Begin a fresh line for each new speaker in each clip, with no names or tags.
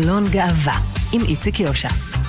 חלון גאווה עם איציק יושע.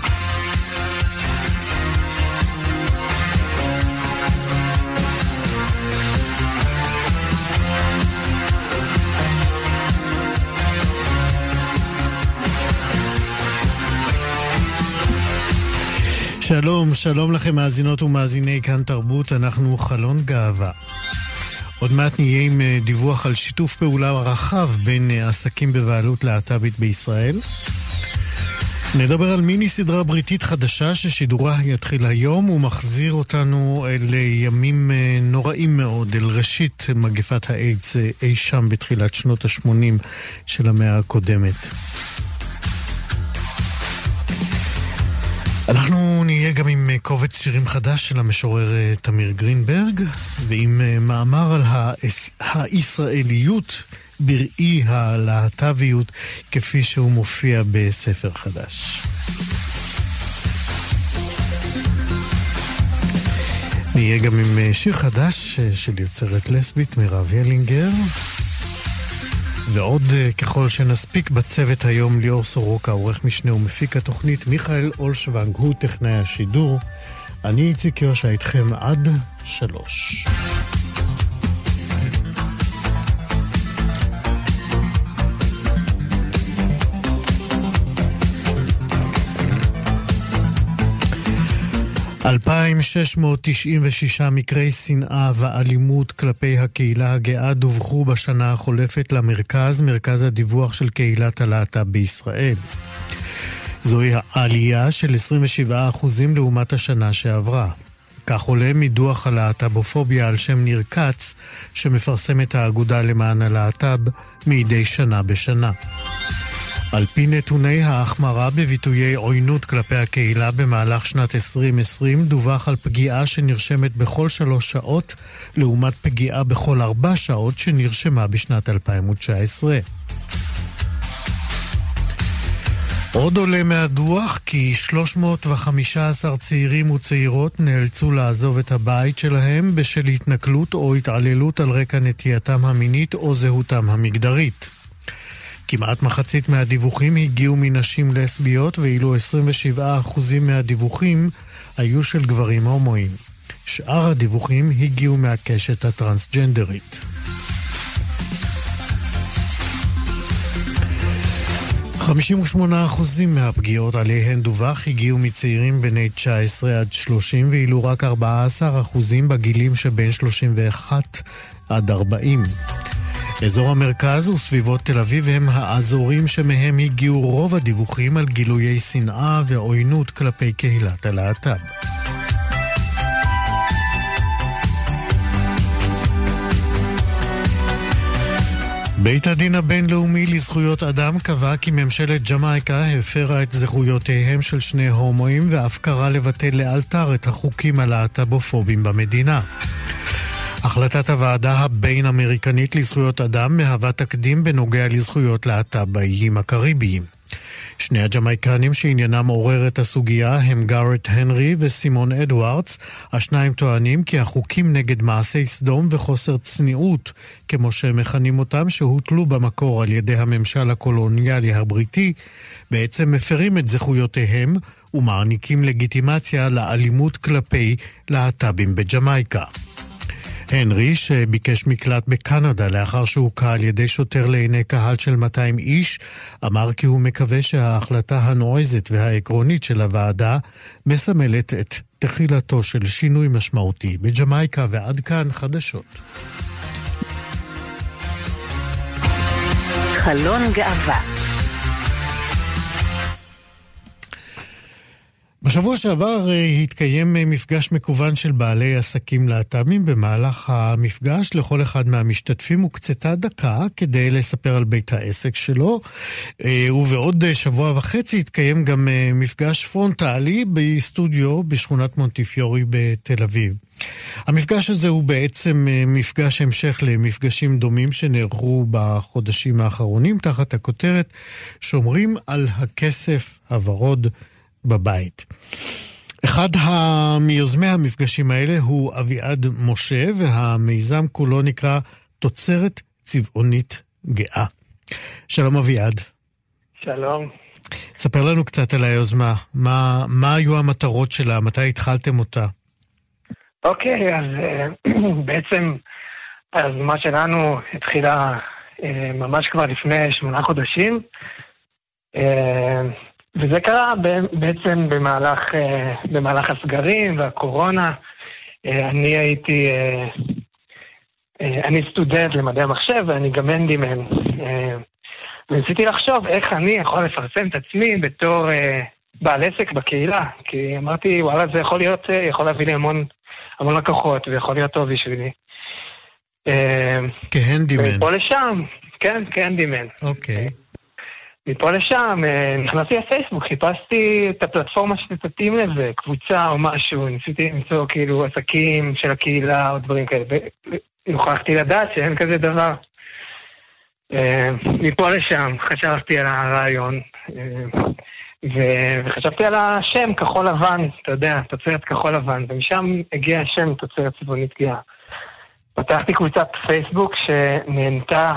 שלום, שלום לכם מאזינות ומאזיני כאן תרבות, אנחנו חלון גאווה. עוד מעט נהיה עם דיווח על שיתוף פעולה רחב בין עסקים בבעלות להט"בית בישראל. נדבר על מיני סדרה בריטית חדשה ששידורה יתחיל היום ומחזיר אותנו אל ימים נוראים מאוד, אל ראשית מגפת האיידס אי שם בתחילת שנות ה-80 של המאה הקודמת. אנחנו נהיה גם עם קובץ שירים חדש של המשורר תמיר גרינברג, ועם מאמר על הישראליות בראי הלהט"ביות כפי שהוא מופיע בספר חדש. נהיה גם עם שיר חדש של יוצרת לסבית מירב ילינגר, ועוד ככל שנספיק בצוות היום ליאור סורוקה, עורך משנה ומפיק התוכנית, מיכאל אולשוונג הוא טכנאי השידור. אני איציק יושע איתכם עד 3. אלפיים 696 מקרי שנאה ואלימות כלפי הקהילה הגאה דווחו בשנה החולפת למרכז, מרכז הדיווח של קהילת הלהט"ב בישראל. זוהי העלייה של 27% לעומת השנה שעברה. כך עולה מדוח הלהט"בופוביה על שם ניר קץ, שמפרסמת האגודה למען הלהט"ב מדי שנה בשנה. על פי נתוני ההחמרה בביטויי עוינות כלפי הקהילה במהלך שנת 2020, דווח על פגיעה שנרשמת בכל 3 שעות, לעומת פגיעה בכל 4 שעות שנרשמה בשנת 2019. עוד עולה מהדוח כי 315 צעירים וצעירות נאלצו לעזוב את הבית שלהם בשל התנכלות או התעללות על רקע נטייתם המינית או זהותם המגדרית. כמעט מחצית מהדיווחים הגיעו מנשים לסביות, ואילו 27% מהדיווחים היו של גברים הומואים. שאר הדיווחים הגיעו מהקשת הטרנסג'נדרית. 58% מהפגיעות עליהן דווח הגיעו מצעירים בני 19 עד 30, ואילו רק 14% בגילים שבין 31 עד 40. אזור המרכז וסביבות תל אביב הם האזורים שמהם הגיעו רוב הדיווחים על גילויי שנאה ועוינות כלפי קהילת הלהט"ב. בית הדין הבינלאומי לזכויות אדם קבע כי ממשלת ג'מייקה הפרה את זכויותיהם של 2 הומואים ואף קרא לבטל לאלתר את החוקים הלהט"בופובים במדינה. החלטת הוועדה הבין-אמריקנית לזכויות אדם מהווה תקדים בנוגע לזכויות להט"ב באיים הקריביים. 2 הג'מייקנים שעניינם עורר את הסוגיה הם גארט הנרי וסימון אדוארדס. השניים טוענים כי החוקים נגד מעשי סדום וחוסר צניעות, כמו שהם מכנים אותם, שהוטלו במקור על ידי הממשל הקולוניאלי הבריטי, בעצם מפרים את זכויותיהם ומעניקים לגיטימציה לאלימות כלפי להט"בים בג'מייקה. הנרי, שביקש מקלט בקנדה לאחר שהוקע על ידי שוטר לעיני קהל של 200 איש, אמר כי הוא מקווה שההחלטה הנועזת והעקרונית של הוועדה מסמלת את תחילתו של שינוי משמעותי בג'מייקה. ועד כאן חדשות.
חלון גאווה.
בשבוע שעבר התקיים מפגש מקוון של בעלי עסקים להט"בים. במהלך המפגש לכל אחד מהמשתתפים הוקצתה דקה כדי לספר על בית העסק שלו, ובעוד שבוע וחצי התקיים גם מפגש פרונטלי בסטודיו בשכונת מונטיפיורי בתל אביב. המפגש הזה הוא בעצם מפגש המשך למפגשים דומים שנערכו בחודשים האחרונים תחת הכותרת שומרים על הכסף הוורוד בבית. אחד מיוזמי המפגשים האלה הוא אביעד משה, והמיזם כולו נקרא תוצרת צבעונית גאה. שלום אביעד.
שלום.
ספר לנו קצת על היוזמה. מה היו המטרות שלה? מתי התחלתם אותה?
אוקיי, אז בעצם היוזמה שלנו התחילה ממש כבר לפני 8 חודשים, וזה קרה בעצם במהלך הסגרים והקורונה. אני סטודנט למדעי המחשב ואני גם הנדימן. וניסיתי לחשוב איך אני יכול לפרסם את עצמי בתור בעל עסק בקהילה, כי אמרתי, וואלה, זה יכול להביא לי המון לקוחות, ויכול להיות טוב בשבילי.
כהנדימן.
מפה לשם, כן, כהנדימן.
אוקיי.
מפה לשם, נכנסתי לפייסבוק, חיפשתי את הפלטפורמה שתתאים לזה, קבוצה או משהו, ניסיתי למצוא כאילו עסקים של הקהילה או דברים כאלה, ונוכחתי לדעת שאין כזה דבר. מפה לשם חשבתי על הרעיון, וחשבתי על השם כחול לבן, אתה יודע, תוצרת כחול לבן, ומשם הגיע השם תוצרת צבעונית גאה. פתחתי קבוצת פייסבוק שנהנתה,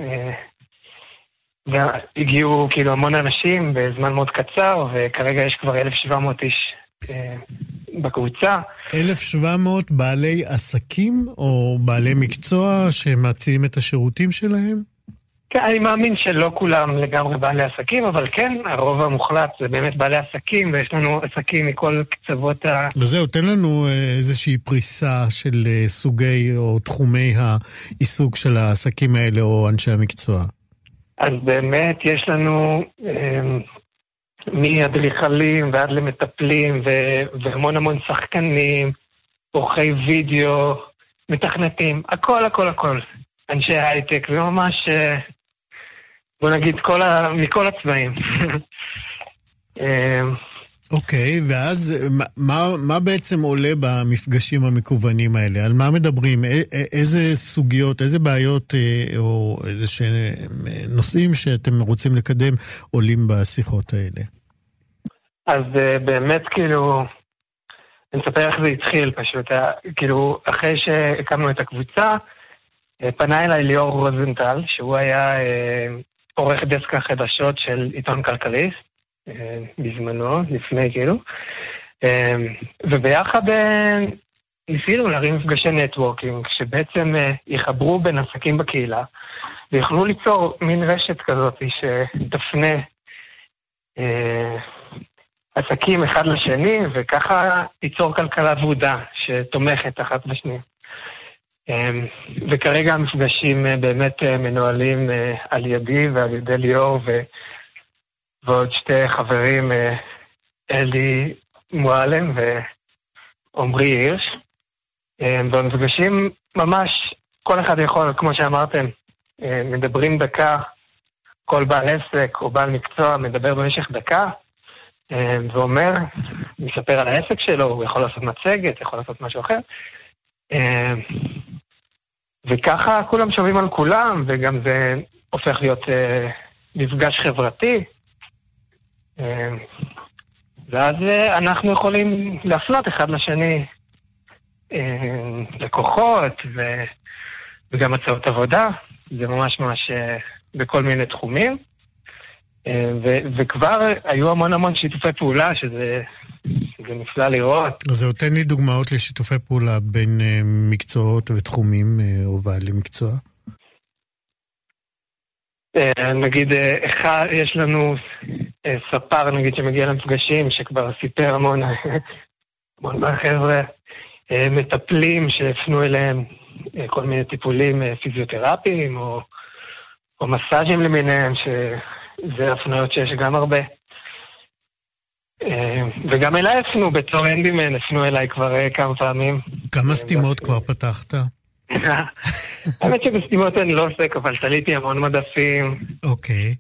והגיעו כאילו המון אנשים בזמן מאוד קצר, וכרגע יש כבר 1,700 איש בקבוצה.
1,700 בעלי עסקים או בעלי מקצוע שמציעים את השירותים שלהם?
כן, אני מאמין שלא כולם לגמרי בעלי עסקים, אבל כן, הרוב המוחלט זה באמת בעלי עסקים, ויש לנו עסקים מכל קצוות
וזהו, תן לנו איזושהי פריסה של סוגי או תחומי העיסוק של העסקים האלה או אנשי המקצוע. אז
באמת יש לנו מאדריכלים ועד למטפלים והמון שחקנים, עורכי וידאו, מתכנתים, הכל. אנשי הייטק, וממש, בוא נגיד, מכל הצבעים.
אוקיי, ואז מה בעצם עולה במפגשים המקוונים האלה? על מה מדברים? איזה סוגיות, איזה בעיות או איזה נושאים שאתם רוצים לקדם עולים בשיחות האלה?
אז באמת כאילו, אני אספר איך זה התחיל פשוט, כאילו אחרי שהקמנו את הקבוצה, פנה אליי ליאור רוזנטל, שהוא היה עורך דסק החדשות של עיתון כלכליסט, בזמנו, לפני כאילו, וביחד ניסינו להרים מפגשי נטוורקינג, שבעצם יחברו בין עסקים בקהילה, ויוכלו ליצור מין רשת כזאת שתפנה עסקים אחד לשני, וככה ליצור כלכלה עבודה שתומכת אחת בשנייה. וכרגע המפגשים באמת מנוהלים על ידי ועל ידי ליאור ועוד שתי חברים, אלי מועלם ועומרי הירש. והמפגשים ממש, כל אחד יכול, כמו שאמרתם, מדברים דקה, כל בעל עסק או בעל מקצוע מדבר במשך דקה, ואומר, מספר על העסק שלו, הוא יכול לעשות מצגת, יכול לעשות משהו אחר. וככה כולם שומעים על כולם, וגם זה הופך להיות מפגש חברתי. ואז אנחנו יכולים להפנות אחד לשני לקוחות וגם הצעות עבודה. זה ממש בכל מיני תחומים. וכבר היו המון שיתופי פעולה, שזה נפלא לראות.
אז זהו, תן לי דוגמאות לשיתופי פעולה בין מקצועות ותחומים או בעלי מקצוע.
נגיד, יש לנו ספר, נגיד, שמגיע למפגשים, שכבר סיפר המון מהחבר'ה, מטפלים שהפנו אליהם כל מיני טיפולים פיזיותרפיים, או מסאז'ים למיניהם, שזה הפנויות שיש גם הרבה. וגם אליי הפנו, בתור הנדימן, הפנו אליי כבר כמה פעמים.
כמה סתימות כבר פתחת?
האמת שבסתימות אני לא עוסק, אבל תליתי המון מדפים.
אוקיי.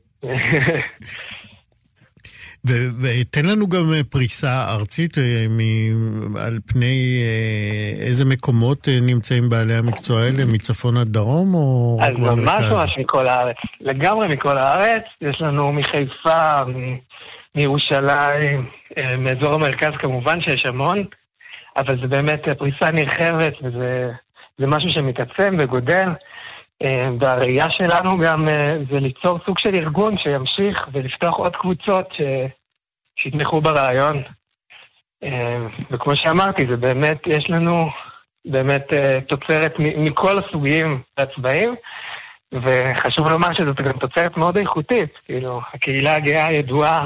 ותן לנו גם פריסה ארצית על פני איזה מקומות נמצאים בעלי המקצוע האלה, מצפון עד דרום או רק במרכז?
אז ממש מכל הארץ, לגמרי מכל הארץ. יש לנו מחיפה, מירושלים, מאזור המרכז כמובן שיש המון, אבל זה באמת פריסה נרחבת וזה משהו שמתעצם וגודל. והראייה שלנו גם זה ליצור סוג של ארגון שימשיך ולפתוח עוד קבוצות שיתמכו ברעיון. וכמו שאמרתי, זה באמת, יש לנו באמת תוצרת מכל הסוגים והצבעים, וחשוב לומר שזאת גם תוצרת מאוד איכותית. כאילו, הקהילה הגאה ידועה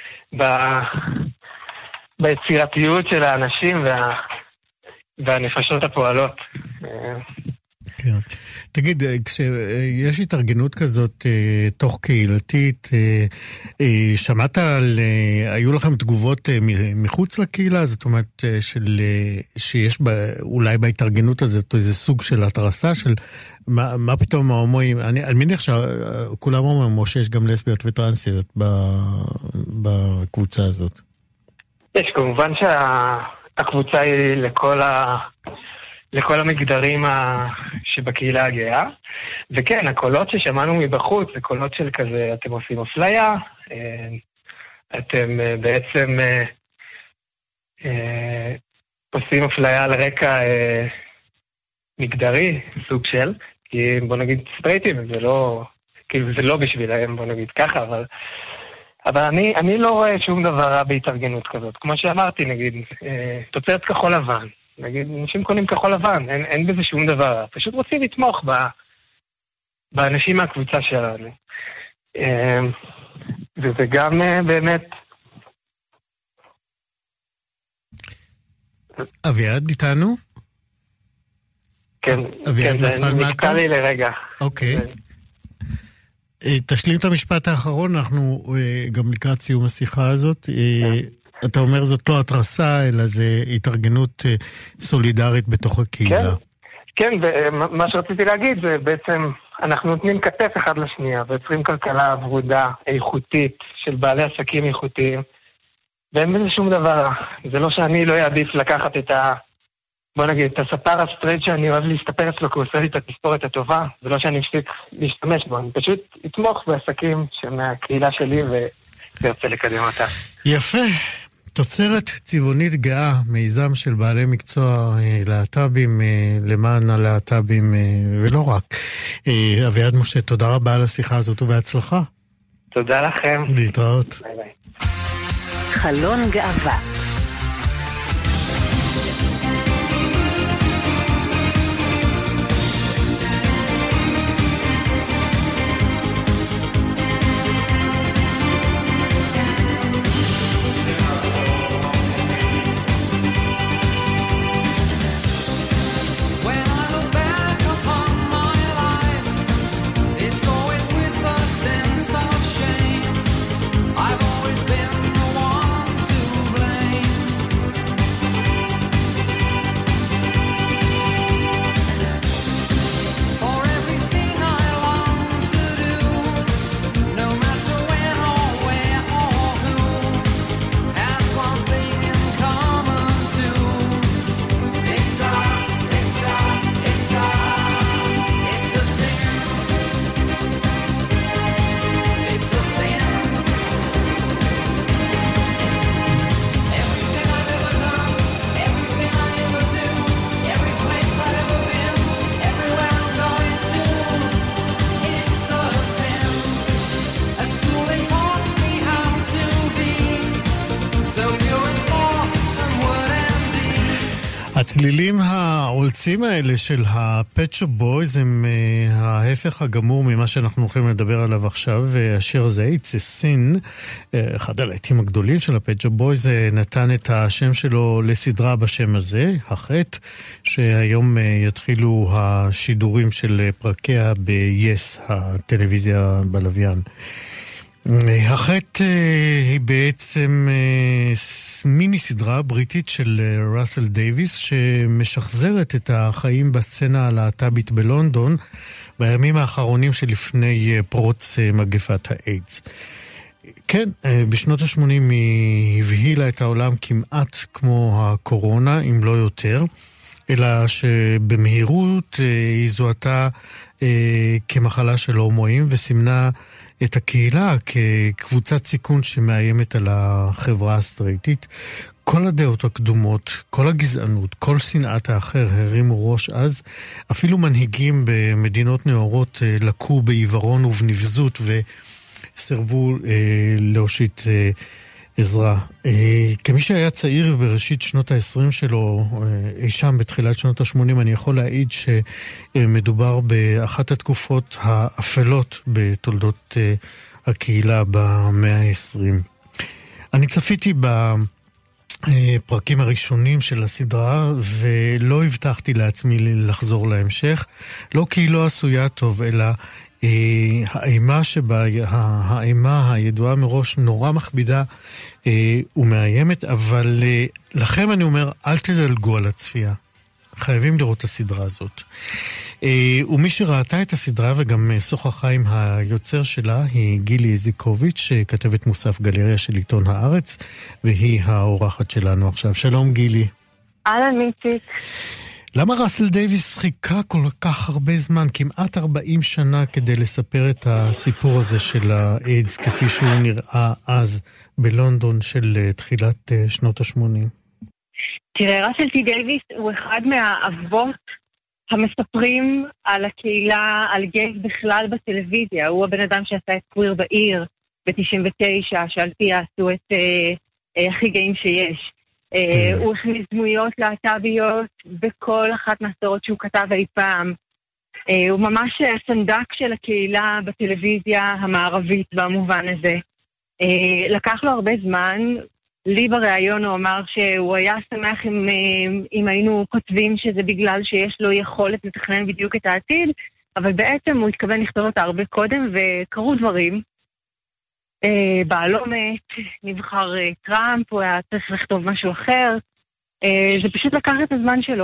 ביצירתיות של האנשים והנפשות הפועלות.
כן. תגיד, כשיש התארגנות כזאת תוך קהילתית, שמעת על, היו לכם תגובות מחוץ לקהילה? זאת אומרת, שיש אולי בהתארגנות הזאת איזה סוג של התרסה של מה פתאום ההומואים, אני מניח שכולם אומרים שיש גם לסביות וטרנסיות בקבוצה הזאת.
יש, כמובן שהקבוצה היא לכל המגדרים שבקהילה הגאה, וכן, הקולות ששמענו מבחוץ, זה קולות של כזה, אתם עושים אפליה, אתם בעצם עושים אפליה על רקע מגדרי, סוג של, כי בוא נגיד סטרייטים, זה לא, כאילו זה לא בשבילהם, בוא נגיד ככה, אבל אני לא רואה שום דבר רע בהתארגנות כזאת. כמו שאמרתי, נגיד, תוצרת כחול לבן. נגיד, אנשים קונים כחול לבן, אין בזה שום דבר. פשוט רוצים לתמוך באנשים מהקבוצה שלנו. וזה גם באמת...
אביעד איתנו?
כן, זה נקטע לי לרגע.
אוקיי. תשלים את המשפט האחרון, אנחנו גם לקראת סיום השיחה הזאת. אתה אומר זאת לא התרסה, אלא זה התארגנות סולידרית בתוך הקהילה.
כן, ומה שרציתי להגיד זה בעצם, אנחנו נותנים כתף אחד לשנייה, ויוצרים כלכלה עבודה איכותית של בעלי עסקים איכותיים, ואין בזה שום דבר. זה לא שאני לא יעדיף לקחת בוא נגיד, את הספר הסטרייט שאני אוהב להסתפר אצלו, כי הוא עושה לי את התספורת הטובה, זה לא שאני מפסיק להשתמש בו, אני פשוט אתמוך בעסקים שמהקהילה שלי וירצה לקדם אותה.
יפה. תוצרת צבעונית גאה, מיזם של בעלי מקצוע להט"בים, למען הלהט"בים, ולא רק. אביעד משה, תודה רבה על השיחה הזאת ובהצלחה.
תודה לכם.
להתראות.
ביי ביי.
חלון גאווה.
הצלילים העולצים האלה של הפט שופ בויז הם ההפך הגמור ממה שאנחנו הולכים לדבר עליו עכשיו. השיר הזה, It's a Sin, אחד הלהיטים הגדולים של הפט שופ בויז, נתן את השם שלו לסדרה בשם הזה, החטא, שהיום יתחילו השידורים של פרקיה ב-Yes, הטלוויזיה בלוויין. החטא היא בעצם מיני סדרה בריטית של ראסל דייביס שמשחזרת את החיים בסצנה הלהט"בית בלונדון בימים האחרונים שלפני פרוץ מגפת האיידס. כן, בשנות ה-80 היא הבהילה את העולם כמעט כמו הקורונה, אם לא יותר, אלא שבמהירות היא זוהתה כמחלה של הומואים וסימנה את הקהילה כקבוצת סיכון שמאיימת על החברה הסטרייטית. כל הדעות הקדומות, כל הגזענות, כל שנאת האחר הרימו ראש אז. אפילו מנהיגים במדינות נאורות לקו בעיוורון ובנבזות וסירבו להושיט עזרה. כמי שהיה צעיר בראשית שנות ה-20 שלו, אי שם בתחילת שנות ה-80, אני יכול להעיד שמדובר באחת התקופות האפלות בתולדות הקהילה במאה ה-20. אני צפיתי בפרקים הראשונים של הסדרה ולא הבטחתי לעצמי לחזור להמשך, לא כי היא לא עשויה טוב, אלא האימה שבה, האימה הידועה מראש נורא מכבידה ומאיימת, אבל לכם אני אומר, אל תדלגו על הצפייה. חייבים לראות את הסדרה הזאת. ומי שראתה את הסדרה וגם שוחחה עם היוצר שלה היא גילי איזיקוביץ', כתבת מוסף גלריה של עיתון הארץ, והיא האורחת שלנו עכשיו. שלום גילי.
אהלן מיציק.
למה ראסל דייוויס חיכה כל כך הרבה זמן, כמעט 40 שנה, כדי לספר את הסיפור הזה של האיידס, כפי שהוא נראה אז בלונדון של תחילת שנות ה-80?
תראה, ראסל טי דייוויס הוא אחד מהאבות המספרים על הקהילה, על גייז בכלל בטלוויזיה. הוא הבן אדם שעשה את קוויר בעיר ב-99, שעל פי עשו את הכי גאים שיש. הוא הכניס דמויות להט"ביות בכל אחת מהסדרות שהוא כתב אי פעם. הוא ממש סנדק של הקהילה בטלוויזיה המערבית במובן הזה. לקח לו הרבה זמן. לי בראיון הוא אמר שהוא היה שמח אם היינו כותבים שזה בגלל שיש לו יכולת לתכנן בדיוק את העתיד, אבל בעצם הוא התכוון לכתוב אותה הרבה קודם, וקרו דברים. בעלו מת, נבחר טראמפ, הוא היה צריך לכתוב משהו אחר. זה פשוט לקח את הזמן שלו.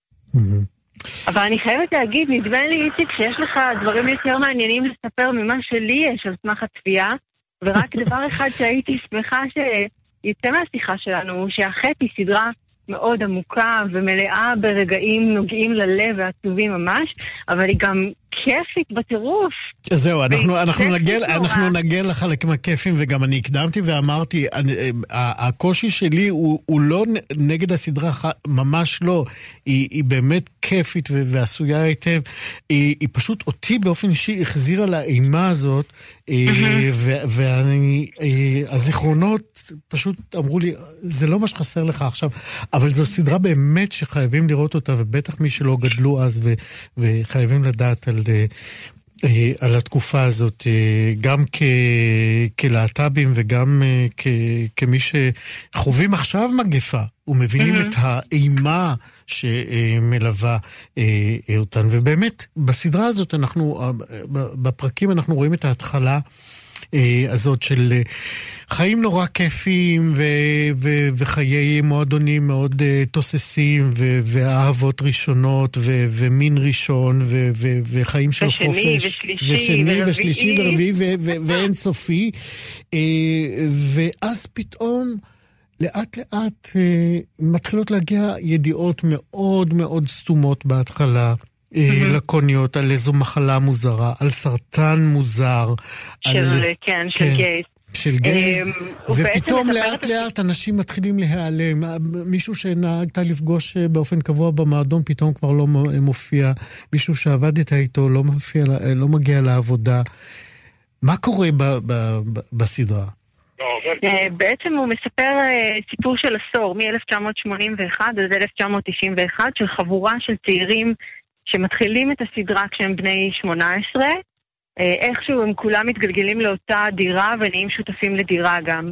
אבל אני חייבת להגיד, נדמה לי איציק שיש לך דברים יותר מעניינים לספר ממה שלי יש על סמך הצפייה, ורק דבר אחד שהייתי שמחה יצא מהשיחה שלנו, שהחטא היא סדרה מאוד עמוקה ומלאה ברגעים נוגעים ללב ועצובים ממש, אבל היא גם כיפית בטירוף.
זהו, אנחנו נגיע לחלקים הכיפים, וגם אני הקדמתי ואמרתי, הקושי שלי הוא לא נגד הסדרה, ממש לא. היא באמת כיפית ועשויה היטב. היא פשוט אותי באופן אישי החזירה לאימה הזאת, והזיכרונות פשוט אמרו לי, זה לא מה שחסר לך עכשיו, אבל זו סדרה באמת שחייבים לראות אותה, ובטח מי שלא גדלו אז וחייבים לדעת על התקופה הזאת, גם כלהט"בים וגם כמי שחווים עכשיו מגפה ומבינים את האימה שמלווה אותן. ובאמת בסדרה הזאת בפרקים אנחנו רואים את ההתחלה הזאת של חיים נורא כיפים וחיי מועדונים מאוד תוססים ואהבות ראשונות ומין ראשון וחיים של חופש ושני ושלישי ורביעי ואין סופי, ואז פתאום לאט לאט מתחילות להגיע ידיעות מאוד מאוד סתומות בהתחלה, לקוניות, על איזו מחלה מוזרה, על סרטן מוזר, של גייז, ופתאום לאט לאט אנשים מתחילים להיעלם. מישהו שנהגת לפגוש באופן קבוע במועדון פתאום כבר לא מופיע, מישהו שעבדת איתו לא מגיע לעבודה. מה קורה בסדרה?
בעצם הוא מספר סיפור של עשור, מ-1981 עד 1991, של חבורה של צעירים שמתחילים את הסדרה כשהם בני 18, איכשהו הם כולם מתגלגלים לאותה דירה ונהיים שותפים לדירה גם.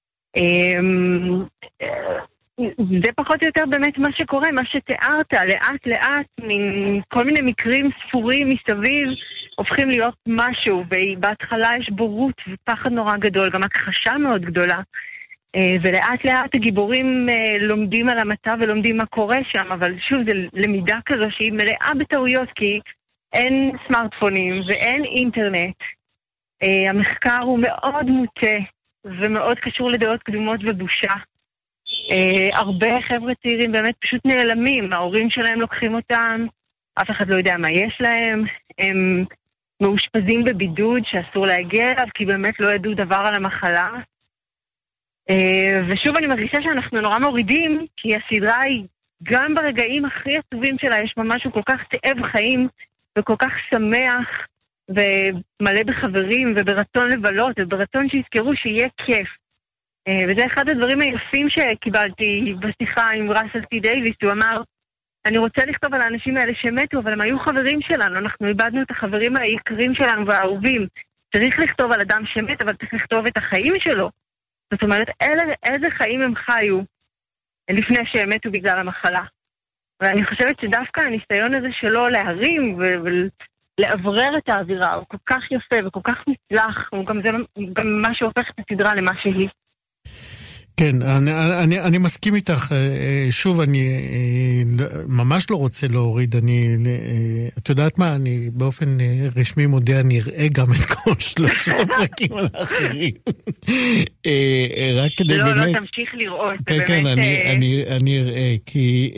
זה פחות או יותר באמת מה שקורה, מה שתיארת, לאט לאט, כל מיני מקרים ספורים מסביב, הופכים להיות משהו, ובהתחלה יש בורות ופחד נורא גדול, גם הכחשה מאוד גדולה. ולאט לאט הגיבורים לומדים על המטה ולומדים מה קורה שם, אבל שוב, זה למידה כזו שהיא מלאה בטעויות, כי אין סמארטפונים ואין אינטרנט. המחקר הוא מאוד מוטה ומאוד קשור לדעות קדומות ובושה. הרבה חבר'ה צעירים באמת פשוט נעלמים, ההורים שלהם לוקחים אותם, אף אחד לא יודע מה יש להם, הם מאושפזים בבידוד שאסור להגיע אליו, כי באמת לא ידעו דבר על המחלה. ושוב אני מרגישה שאנחנו נורא מורידים, כי הסדרה היא גם ברגעים הכי עצובים שלה, יש משהו כל כך תאב חיים, וכל כך שמח, ומלא בחברים, וברצון לבלות, וברצון שיזכרו שיהיה כיף. וזה אחד הדברים היפים שקיבלתי בשיחה עם ראסל טי דייוויס. הוא אמר, אני רוצה לכתוב על האנשים האלה שמתו, אבל הם היו חברים שלנו, אנחנו איבדנו את החברים היקרים שלנו והאהובים. צריך לכתוב על אדם שמת, אבל צריך לכתוב את החיים שלו. זאת אומרת, איזה חיים הם חיו לפני שהם מתו בגלל המחלה. ואני חושבת שדווקא הניסיון הזה שלו להרים ולעברר את האווירה, הוא כל כך יפה וכל כך מצלח, הוא גם מה שהופך את הסדרה למה שהיא.
כן, אני מסכים איתך. שוב, אני ממש לא רוצה להוריד. את יודעת מה, אני באופן רשמי מודיע, אני אראה גם את כל 3 הפרקים האחרים. רק כדי באמת...
לא, תמשיך לראות.
כן, אני אראה, כי...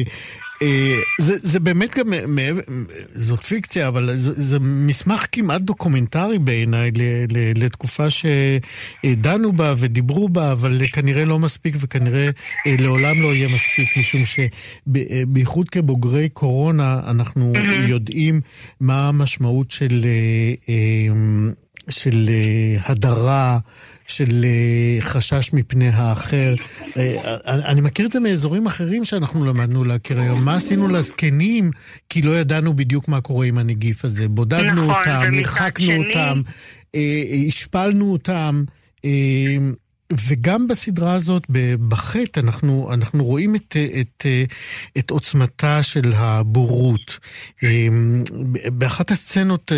זה באמת גם, זאת פיקציה, אבל זה מסמך כמעט דוקומנטרי בעיניי לתקופה שדנו בה ודיברו בה, אבל כנראה לא מספיק וכנראה לעולם לא יהיה מספיק, משום שבייחוד כבוגרי קורונה אנחנו יודעים מה המשמעות של הדרה, של חשש מפני האחר. אני מכיר את זה מאזורים אחרים שאנחנו למדנו להכיר היום. מה עשינו לזקנים? כי לא ידענו בדיוק מה קורה עם הנגיף הזה. בודדנו אותם, הרחקנו אותם, השפלנו אותם. וגם בסדרה הזאת, בחטא, אנחנו רואים את עוצמתה של הבורות. באחת הסצנות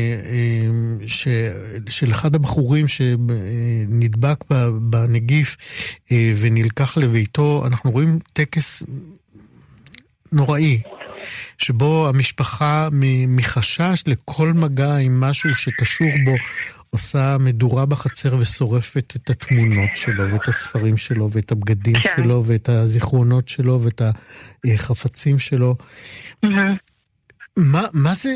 של אחד הבחורים שנדבק בנגיף ונלקח לביתו, אנחנו רואים טקס נוראי, שבו המשפחה מחשש לכל מגע עם משהו שקשור בו, עושה מדורה בחצר ושורפת את התמונות שלו ואת הספרים שלו ואת הבגדים שלו ואת הזיכרונות שלו ואת החפצים שלו. מה זה,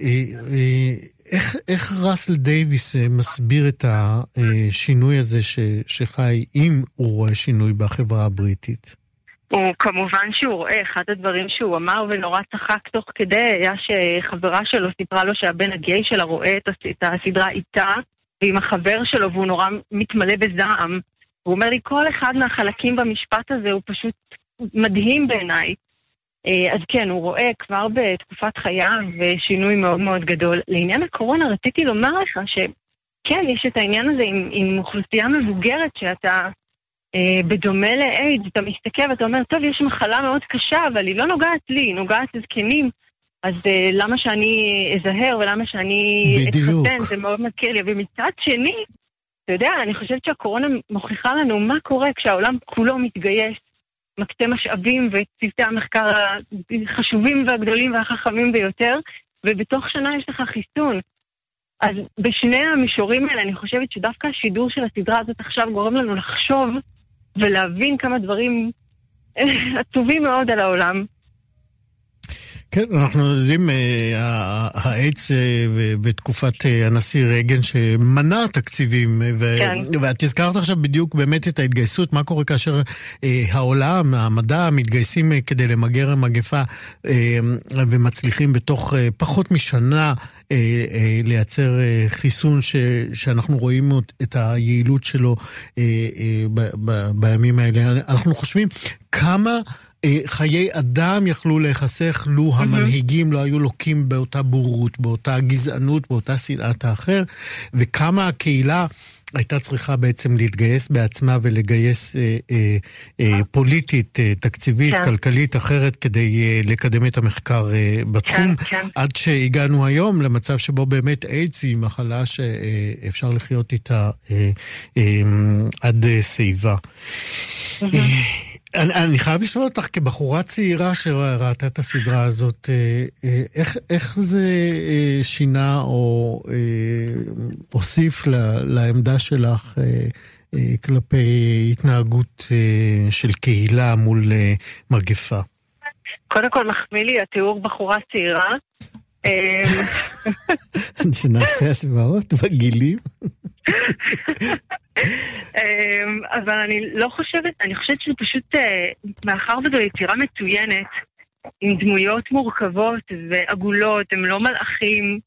איך ראסל דייוויס מסביר את השינוי הזה שחי, אם הוא רואה שינוי בחברה הבריטית?
הוא כמובן שהוא רואה, אחד הדברים שהוא אמר ונורא צחק תוך כדי היה שחברה שלו סיפרה לו שהבן הגיי שלה רואה את הסדרה איתה ועם החבר שלו והוא נורא מתמלא בזעם. הוא אומר לי, כל אחד מהחלקים במשפט הזה הוא פשוט מדהים בעיניי. אז כן, הוא רואה כבר בתקופת חייו ושינוי מאוד מאוד גדול. לעניין הקורונה רציתי לומר לך שכן, יש את העניין הזה עם אוכלוסייה מבוגרת שאתה... בדומה לאיידס, אתה מסתכל ואתה אומר, טוב, יש מחלה מאוד קשה, אבל היא לא נוגעת לי, היא נוגעת לזקנים, אז למה שאני אזהר ולמה שאני אתחתן, זה מאוד מכיר לי. ומצד שני, אתה יודע, אני חושבת שהקורונה מוכיחה לנו מה קורה כשהעולם כולו מתגייס, מקצה משאבים וצוותי המחקר החשובים והגדולים והחכמים ביותר, ובתוך שנה יש לך חיסון. אז בשני המישורים האלה אני חושבת שדווקא השידור של הסדרה הזאת עכשיו גורם לנו לחשוב ולהבין כמה דברים עצובים מאוד על העולם.
כן, אנחנו יודעים, האיידס ותקופת הנשיא רייגן שמנע תקציבים, ואת הזכרת עכשיו בדיוק באמת את ההתגייסות, מה קורה כאשר העולם, המדע, מתגייסים כדי למגר המגפה, ומצליחים בתוך פחות משנה לייצר חיסון שאנחנו רואים את היעילות שלו בימים האלה. אנחנו חושבים כמה חיי אדם יכלו להיחסך לו המנהיגים לא היו לוקים באותה בורות, באותה גזענות, באותה שנאת האחר, וכמה הקהילה הייתה צריכה בעצם להתגייס בעצמה ולגייס פוליטית, תקציבית, כלכלית אחרת כדי לקדם את המחקר בתחום, עד שהגענו היום למצב שבו באמת איידס היא מחלה שאפשר לחיות איתה עד שיבה. אני חייב לשאול אותך, כבחורה צעירה שראתה את הסדרה הזאת, איך זה שינה או הוסיף לעמדה שלך כלפי התנהגות של קהילה מול מגפה?
קודם כל מחמיא לי התיאור בחורה צעירה.
שנעשה השוואות בגילים.
אבל אני לא חושבת, אני חושבת שזה פשוט, מאחר וזו יצירה מצוינת, עם דמויות מורכבות ועגולות, הם לא מלאכים,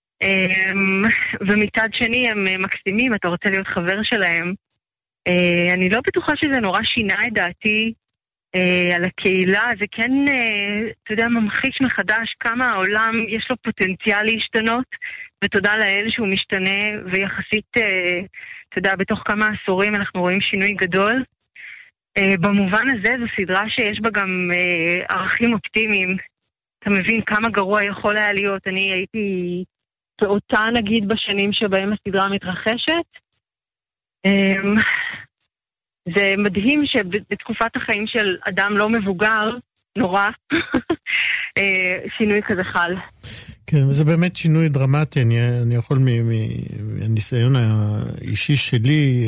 ומצד שני הם מקסימים, אתה רוצה להיות חבר שלהם. אני לא בטוחה שזה נורא שינה את דעתי על הקהילה, זה כן, אתה יודע, ממחיש מחדש כמה העולם יש לו פוטנציאל להשתנות, ותודה לאל שהוא משתנה, ויחסית, אתה יודע, בתוך כמה עשורים אנחנו רואים שינוי גדול. במובן הזה זו סדרה שיש בה גם ערכים אופטימיים. אתה מבין כמה גרוע יכול היה להיות. אני הייתי פעוטה נגיד בשנים שבהם הסדרה מתרחשת. זה מדהים שבתקופת החיים של אדם לא מבוגר, נורא, שינוי כזה חל.
כן, וזה באמת שינוי דרמטי. אני יכול מהניסיון האישי שלי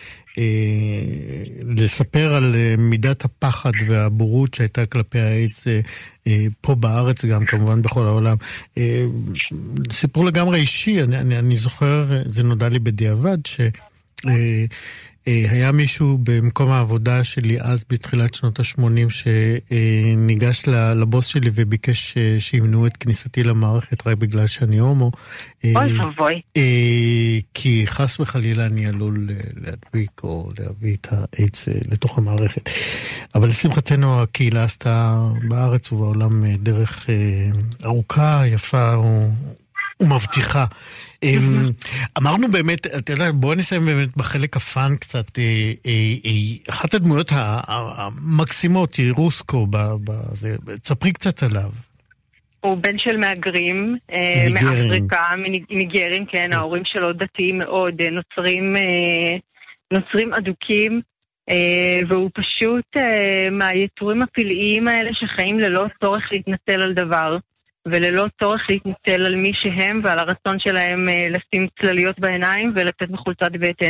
לספר על מידת הפחד והבורות שהייתה כלפי האיידס פה בארץ, גם כמובן בכל העולם. סיפור לגמרי אישי, אני זוכר, זה נודע לי בדיעבד, היה מישהו במקום העבודה שלי אז בתחילת שנות ה-80 שניגש לבוס שלי וביקש שימנעו את כניסתי למערכת רק בגלל שאני הומו.
אוי סבוי.
כי חס וחלילה אני עלול להדביק או להביא את האיידס לתוך המערכת. אבל לשמחתנו הקהילה עשתה בארץ ובעולם דרך ארוכה, יפה ומבטיחה. אמרנו באמת, אתה יודע, בואו נסיים באמת בחלק הפן קצת, אחת הדמויות המקסימות היא רוסקו, תספרי קצת עליו.
הוא בן של מהגרים, מאפריקה, מניגרים, כן, ההורים שלו דתיים מאוד, נוצרים אדוקים, והוא פשוט מהיצורים הפלאיים האלה שחיים ללא צורך להתנצל על דבר. וללא צורך להתנצל על מי שהם ועל הרצון שלהם לשים צלליות בעיניים ולצאת בחולצת בטן.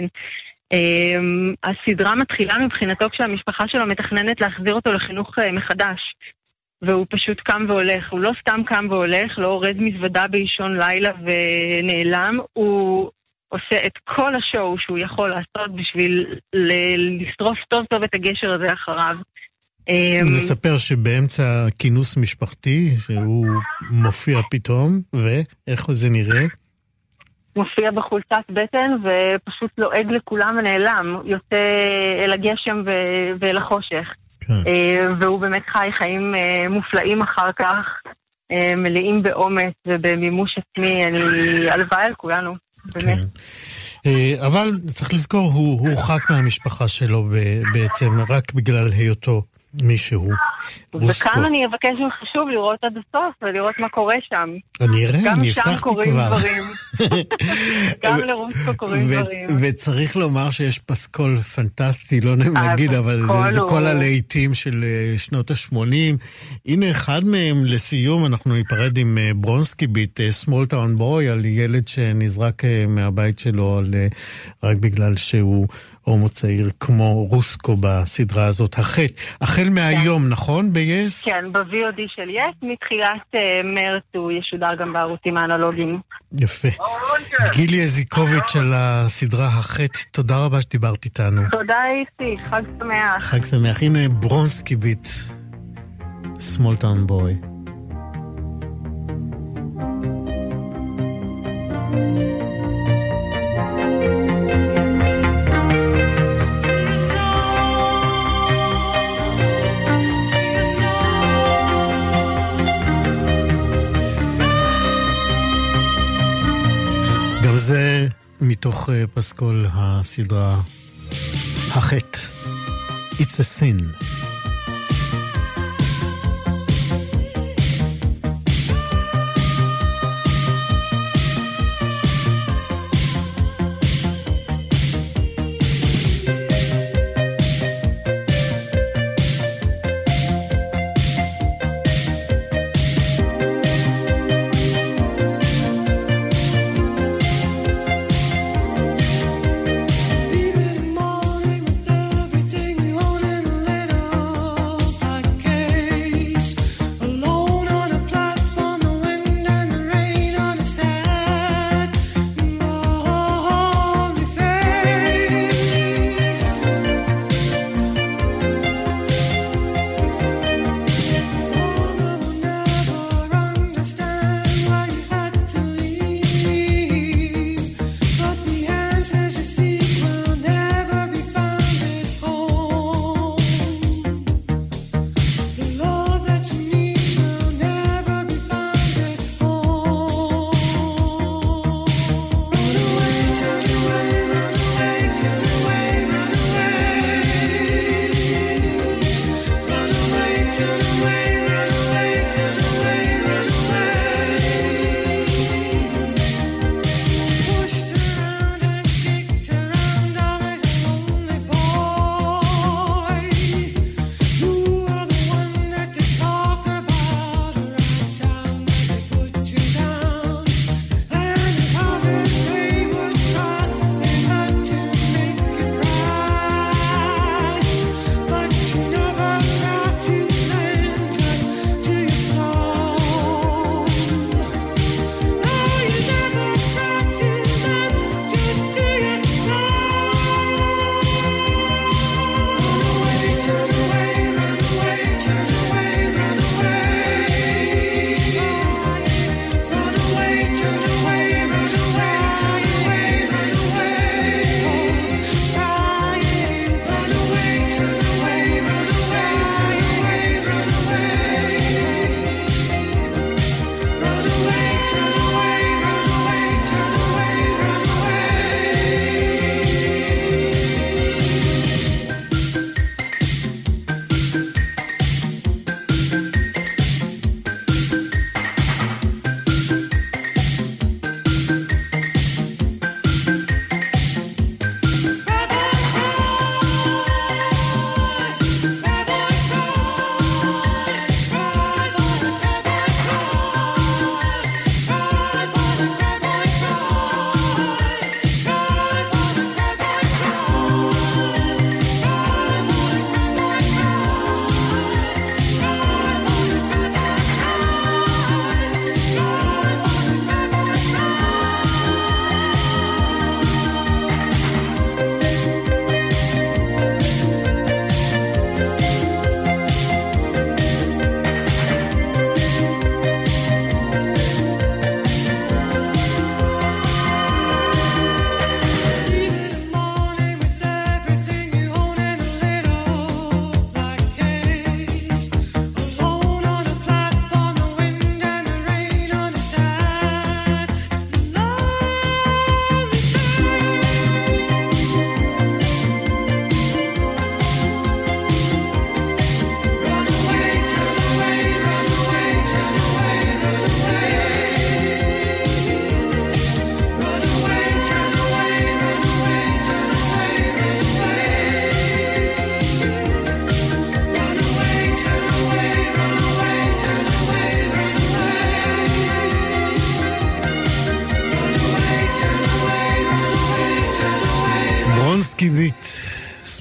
הסדרה מתחילה מבחינתו כשהמשפחה שלו מתכננת להחזיר אותו לחינוך מחדש, והוא פשוט קם והולך. הוא לא סתם קם והולך, לא הורד מזוודה באישון לילה ונעלם, הוא עושה את כל השואו שהוא יכול לעשות בשביל לשרוף טוב טוב את הגשר הזה אחריו.
נספר שבאמצע כינוס משפחתי שהוא מופיע פתאום, ואיך זה נראה?
מופיע בחולצת בטן ופשוט לועג לכולם ונעלם, יוצא אל הגשם ואל החושך. והוא באמת חי חיים מופלאים אחר כך, מלאים באומץ ובמימוש עצמי. אני הלוואי על כולנו, באמת.
אבל צריך לזכור, הוא הורחק מהמשפחה שלו בעצם רק בגלל היותו מישהו.
וכאן אני אבקש ממך שוב לראות עד הסוף ולראות מה קורה שם.
אני אראה, אני הבטחתי כבר.
גם שם קוראים דברים. גם לרוסקו קוראים דברים.
וצריך לומר שיש פסקול פנטסטי, לא נעים להגיד, אבל זה כל הלהיטים של שנות ה-80. הנה אחד מהם לסיום, אנחנו ניפרד עם ברונסקי ביט, Small Town Boy, על ילד שנזרק מהבית שלו רק בגלל שהוא הומו צעיר כמו רוסקו בסדרה הזאת. החל מהיום, נכון? ב-Yes?
כן, ב-VOD של Yes, מתחילת מרץ הוא ישודר גם בערוצים האנלוגיים.
יפה. גילי אזיקוביץ' של הסדרה החטא, תודה רבה שדיברת איתנו.
תודה איתי, חג שמח.
חג שמח. הנה ברונסקי ביט, Small Town Boy. זה מתוך פסקול הסדרה החטא. It's a sin.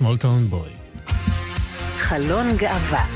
Small Town Boy.
חלון גאווה.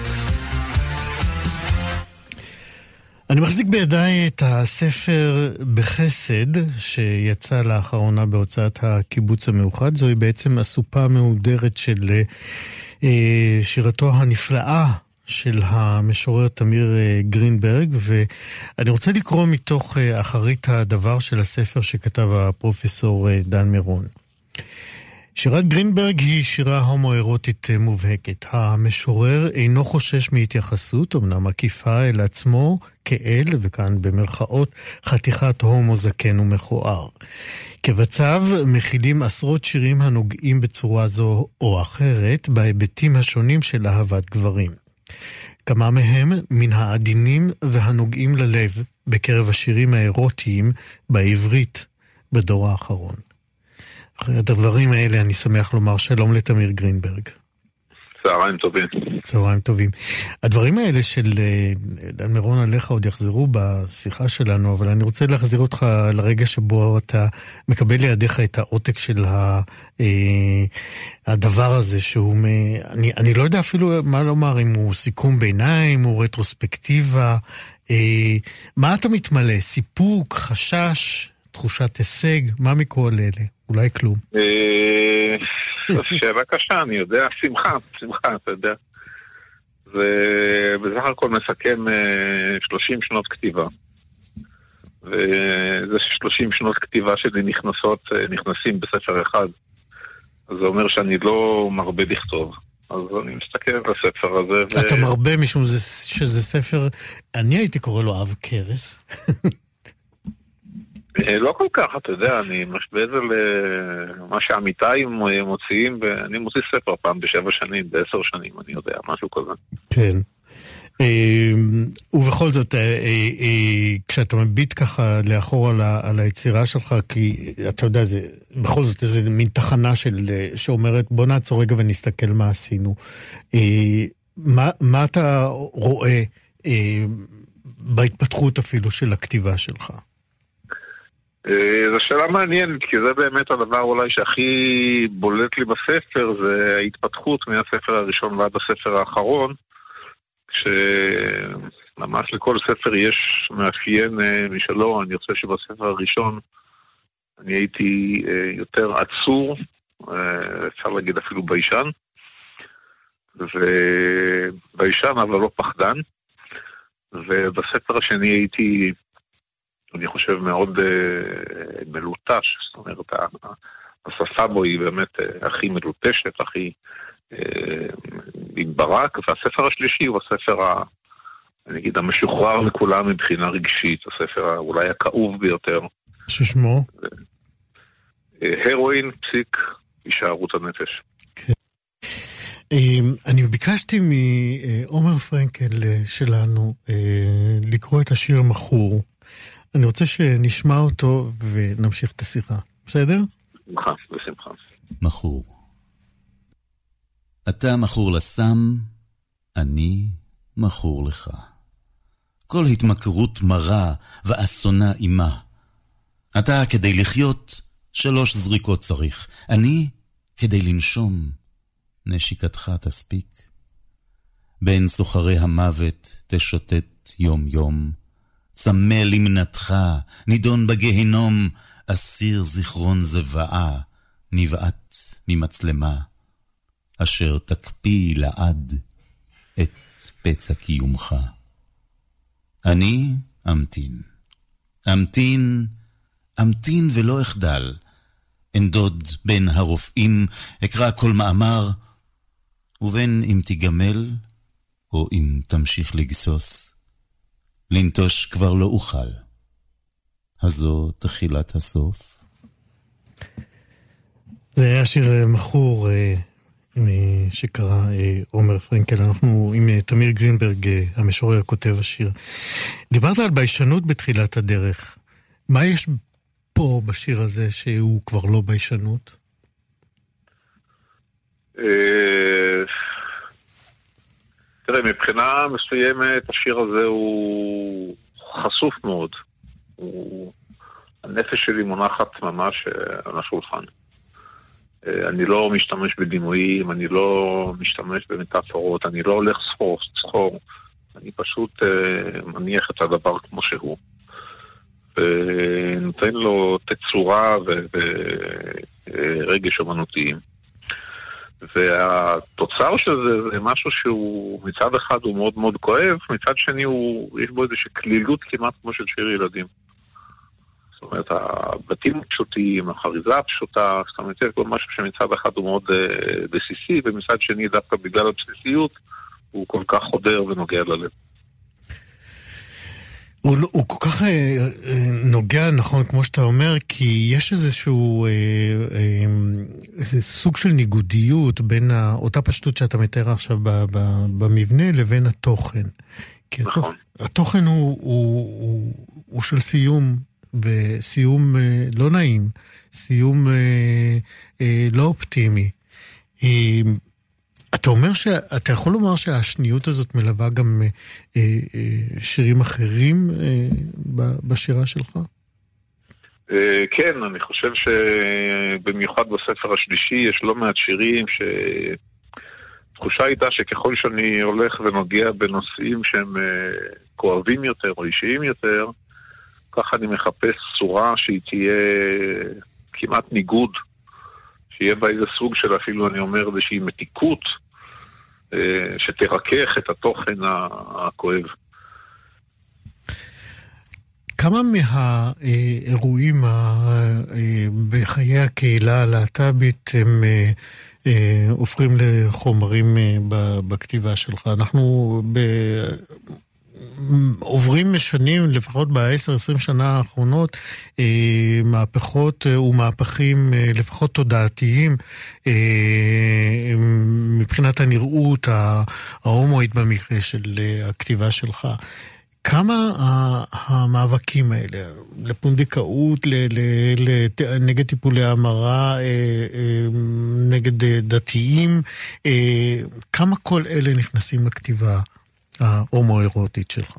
אני מחזיק בידיי את הספר בחסד שיצא לאחרונה בהוצאת הקיבוץ המאוחד. זוהי בעצם אסופה מהודרת של שירתו הנפלאה של המשורר תמיר גרינברג, ואני רוצה לקרוא מתוך אחרית הדבר של הספר שכתב הפרופסור דן מירון. שירת גרינברג היא שירה הומואירוטית מובהקת. המשורר אינו חושש מהתייחסות, אמנם עקיפה, אל עצמו כאל, וכאן במרכאות, חתיכת הומו זקן ומכוער. כבצב מכילים עשרות שירים הנוגעים בצורה זו או אחרת בהיבטים השונים של אהבת גברים. כמה מהם מן העדינים והנוגעים ללב בקרב השירים האירוטיים בעברית בדור האחרון. אחרי הדברים האלה אני שמח לומר שלום לתמיר גרינברג.
צהריים טובים.
צהריים טובים. הדברים האלה של דן מירון עליך עוד יחזרו בשיחה שלנו, אבל אני רוצה להחזיר אותך לרגע שבו אתה מקבל לידיך את העותק של הדבר הזה, שהוא, אני לא יודע אפילו מה לומר, אם הוא סיכום ביניים, הוא רטרוספקטיבה, מה אתה מתמלא? סיפוק, חשש, תחושת הישג, מה מכל אלה? אולי כלום.
שאלה קשה, אני יודע, שמחה, אתה יודע. זה בסך הכל מסכם 30 שנות כתיבה. וזה 30 שנות כתיבה שלי נכנסים בספר אחד. אז זה אומר שאני לא מרבה לכתוב. אז אני מסתכל על הספר הזה.
אתה מרבה משום שזה ספר, אני הייתי קורא לו אב קרס.
לא כל כך, אתה יודע, אני משווה את זה למה שעמיתיים מוציאים, ואני מוציא ספר פעם ב7 שנים, ב10 שנים, אני יודע, משהו כזה.
כן. ובכל זאת, כשאתה מביט ככה לאחור על היצירה שלך, כי אתה יודע, זה בכל זאת איזה מין תחנה שאומרת, בוא נעצור רגע ונסתכל מה עשינו. מה אתה רואה בהתפתחות אפילו של הכתיבה שלך?
זו שאלה מעניינת, כי זה באמת הדבר אולי שהכי בולט לי בספר, זה ההתפתחות מהספר הראשון ועד הספר האחרון, שממש לכל ספר יש מאפיין משלו. אני חושב שבספר הראשון אני הייתי יותר עצור, אפשר להגיד אפילו ביישן, וביישן אבל לא פחדן, ובספר השני הייתי, אני חושב, מאוד מלוטש. זאת אומרת, השפה בו היא באמת הכי מלוטשת, הכי עם ברק, והספר השלישי הוא הספר, אני אגיד, המשוחרר לכולם מבחינה רגשית, הספר אולי הכאוב ביותר.
ששמו?
הרואין, פסיק, הישארות הנפש.
כן. אני ביקשתי מעומר פרנקל שלנו לקרוא את השיר מחור. אני רוצה שנשמע אותו ונמשיך את השיחה. בסדר?
בשמחה, בשמחה.
מחור. אתה מחור לסם, אני מחור לך. כל התמכרות מרה ואסונה אימה. אתה כדי לחיות 3 זריקות צריך. אני כדי לנשום נשיקתך תספיק. בין סוחרי המוות תשוטט יום יום. צמא למנתך, נידון בגהנום, אסיר זיכרון זוועה, נבעט ממצלמה, אשר תקפיא לעד את פצע קיומך. אני אמתין, אמתין, אמתין ולא אחדל, אנדוד בין הרופאים, אקרא כל מאמר, ובין אם תיגמל, או אם תמשיך לגסוס, לנטוש כבר לא אוכל. הזו תחילת הסוף.
זה היה שיר מחור שקרא עומר פרנקל. אנחנו עם תמיר גרינברג, המשורר, כותב השיר. דיברת על ביישנות בתחילת הדרך. מה יש פה בשיר הזה שהוא כבר לא ביישנות?
תראה, מבחינה מסוימת השיר הזה הוא חשוף מאוד. הנפש שלי מונחת ממש על השולחן. אני לא משתמש בדימויים, אני לא משתמש במטאפורות, אני לא הולך סחור. אני פשוט מניח את הדבר כמו שהוא. ונותן לו תצורה ורגש אומנותיים. והתוצר של זה זה משהו שהוא מצד אחד הוא מאוד מאוד כואב, מצד שני יש בו איזושהי כלילות כמעט כמו של שיר ילדים. זאת אומרת, הבתים פשוטים, החריזה הפשוטה, זאת אומרת, יש בו משהו שמצד אחד הוא מאוד בסיסי, ומצד שני דווקא בגלל הבסיסיות הוא כל כך חודר ונוגע ללב.
הוא כל כך נוגע, נכון, כמו שאתה אומר, כי יש איזשהו איזה סוג של ניגודיות בין אותה פשטות שאתה מתאר עכשיו במבנה לבין התוכן. כי
נכון.
התוכן הוא של סיום, וסיום לא נעים, סיום לא אופטימי. אתה יכול לומר שהשניות הזאת מלווה גם שירים אחרים בשירה שלך?
כן, אני חושב שבמיוחד בספר השלישי יש לא מעט שירים שתחושה הייתה שככל שאני הולך ונוגע בנושאים שהם כואבים יותר או אישיים יותר, ככה אני מחפש צורה שהיא תהיה כמעט ניגוד, שיהיה בה איזה סוג של אפילו אני אומר איזושהי מתיקות שתרכך את התוכן הכואב.
כמה מהאירועים בחיי הקהילה הלהט"בית הם הופכים לחומרים בכתיבה שלך? אנחנו עוברים שנים, לפחות ב10-20 שנה האחרונות, מהפכות ומהפכים לפחות תודעתיים מבחינת הנראות ההומואית במקרה של הכתיבה שלך. כמה המאבקים האלה, לפונדקאות, נגד טיפולי המרה, נגד דתיים, כמה כל אלה נכנסים לכתיבה ההומואירוטית שלך?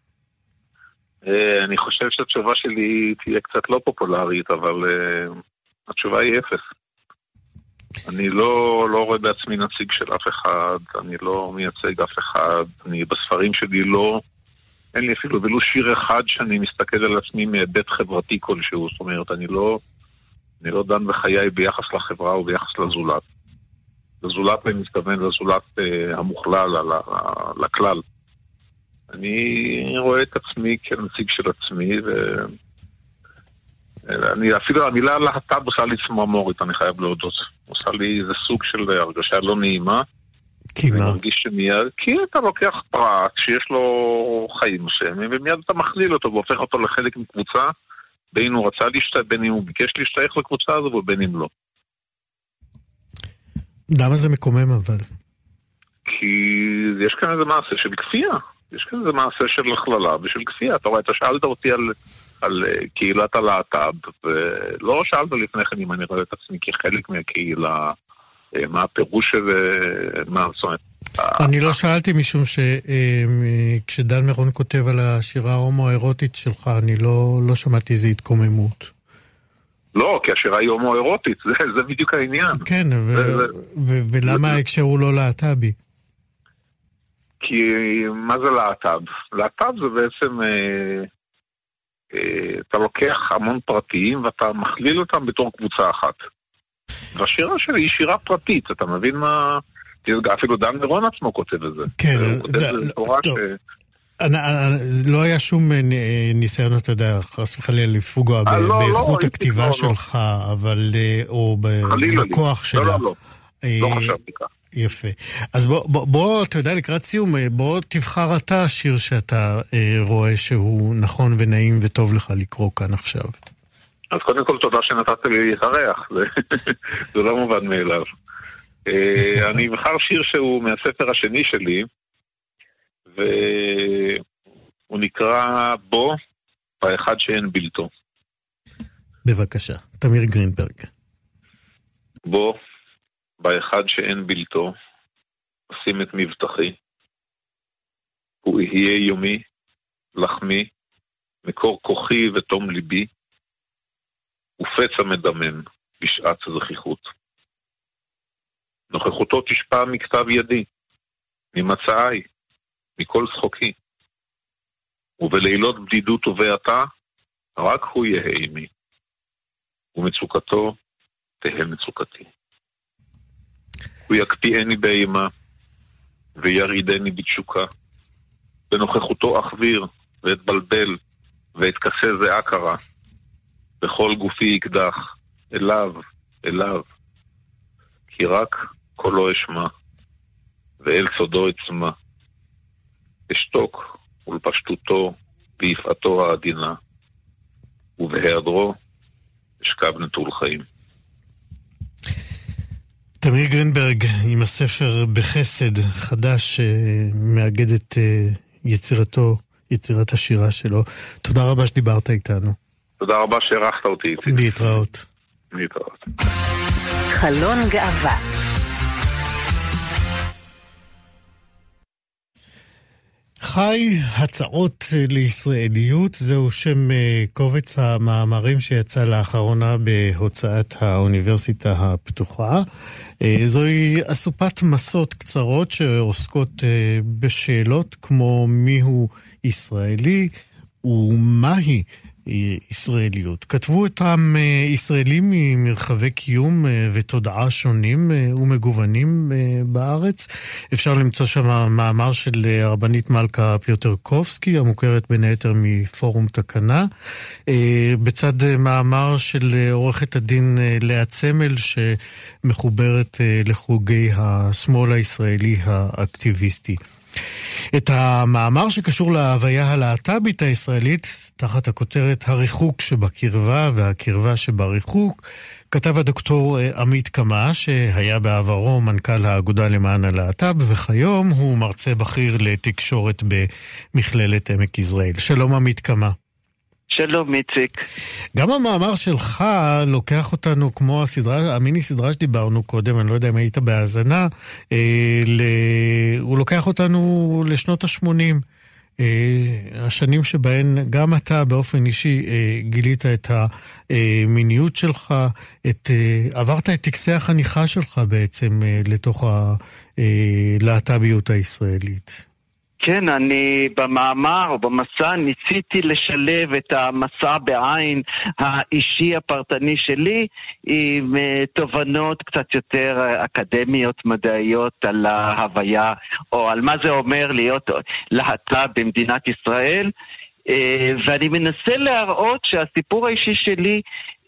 אני חושב שהתשובה שלי תהיה קצת לא פופולרית, אבל התשובה היא 0. אני לא רואה בעצמי נציג של אף אחד, אני לא מייצג אף אחד, אני בספרים שלי אין לי אפילו ולו שיר אחד שאני מסתכל על עצמי מהיבט חברתי כלשהו, זאת אומרת, אני לא דן בחיי ביחס לחברה או ביחס לזולת. לזולת אני מתכוון לזולת המוכלל, לכלל. אני רואה את עצמי כנציג של עצמי, אפילו המילה להט"ב עושה לי צמרמורת, אני חייב להודות. עושה לי איזה סוג של הרגשה לא נעימה.
כי מה?
כי אתה לוקח פרט שיש לו חיים מסוימים, ומיד אתה מכליל אותו והופך אותו לחלק מקבוצה, בין הוא רצה להשתייך, בין הוא ביקש להשתייך לקבוצה הזו ובין אם לא.
למה זה מקומם אבל?
כי יש כאן איזה מעשה של כפייה, יש כאן איזה מעשה של הכללה ושל כפייה. אתה רואה, אתה שאלת אותי על קהילת הלהט"ב, ולא שאלת לפני כן אם אני רואה את עצמי כחלק מהקהילה, מה הפירוש של מה, זאת אומרת...
אני לא שאלתי משום שכשדן מירון כותב על השירה ההומואירוטית שלך, אני לא שמעתי איזו התקוממות.
לא, כי השירה היא הומואירוטית, זה בדיוק העניין.
כן, ולמה ההקשר הוא לא להט"בי?
כי מה זה להט"ב? להט"ב זה בעצם... אתה לוקח המון פרטיים ואתה מכליל אותם בתור קבוצה אחת. והשירה שלי היא שירה פרטית, אתה מבין מה... אפילו דן מירון עצמו כותב את זה.
כן, טוב. לא היה שום ניסיון, אתה יודע, חס וחלילה לפגוע באיכות הכתיבה שלך, אבל, או בכוח שלה.
לא חשבתי כך.
יפה. אז בוא, אתה יודע, לקראת סיום, בוא תבחר אתה שיר שאתה רואה שהוא נכון ונעים וטוב לך לקרוא כאן עכשיו.
אז קודם כל תודה שנתת לי להתארח, זה לא מובן מאליו. אני אבחר שיר שהוא מהספר השני שלי, והוא נקרא בו, באחד שאין בלתו.
בבקשה, תמיר גרינברג.
בו, באחד שאין בלתו, אשים את מבטחי. הוא יהיה יומי, לחמי, מקור כוחי ותום ליבי, ופצע מדמם בשעת זכיחות. נוכחותו תשפע מכתב ידי, ממצאי, מכל צחוקי. ובלילות בדידות ובעתה, רק הוא יהיה עימי. ומצוקתו תהיה מצוקתי. הוא יקפיאני באימה, וירידני בתשוקה. בנוכחותו אחביר, ואתבלבל, ואתכסה זיעה קרה. בכל גופי יקדח, אליו, אליו. כי רק קולו אשמע, ואל סודו אצמא. אשתוק ולפשטותו, ביפעתו העדינה. ובהיעדרו, אשכב נטול חיים.
תמיר גרינברג עם הספר בחסד חדש שמאגד את יצירת השירה שלו. תודה רבה שדיברת איתנו.
תודה רבה שערכת אותי.
להתראות.
להתראות.
חלון גאווה.
חי הצעות לישראליות, זהו שם קובץ המאמרים שיצא לאחרונה בהוצאת האוניברסיטה הפתוחה. זוהי אסופת מסות קצרות שעוסקות בשאלות כמו מיהו ישראלי ומהי ישראליות. כתבו אותם ישראלים ממרחבי קיום ותודעה שונים ומגוונים בארץ. אפשר למצוא שם מאמר של הרבנית מלכה פיוטרקובסקי, המוכרת בין היתר מפורום תקנה, בצד מאמר של עורכת הדין לאה צמל, שמחוברת לחוגי השמאל הישראלי האקטיביסטי. את המאמר שקשור להוויה הלהט"בית הישראלית, תחת הכותרת הריחוק שבקרבה והקרבה שבריחוק, כתב הדוקטור עמית קמה, שהיה בעברו מנכ"ל האגודה למען הלהט"ב, וכיום הוא מרצה בכיר לתקשורת במכללת עמק יזרעאל. שלום עמית קמה.
שלום איציק.
גם המאמר שלך לוקח אותנו, כמו המיני סדרה שדיברנו קודם, אני לא יודע אם היית בהאזנה, הוא לוקח אותנו לשנות ה-80, השנים שבהן גם אתה באופן אישי גילית את המיניות שלך, עברת את טקסי החניכה שלך בעצם לתוך הלהט"ביות הישראלית.
כן, אני במאמר או במסע ניסיתי לשלב את המסע בעין האישי הפרטני שלי עם תובנות קצת יותר אקדמיות מדעיות על ההוויה או על מה זה אומר להיות להט"ב במדינת ישראל, ואני מנסה להראות שהסיפור האישי שלי,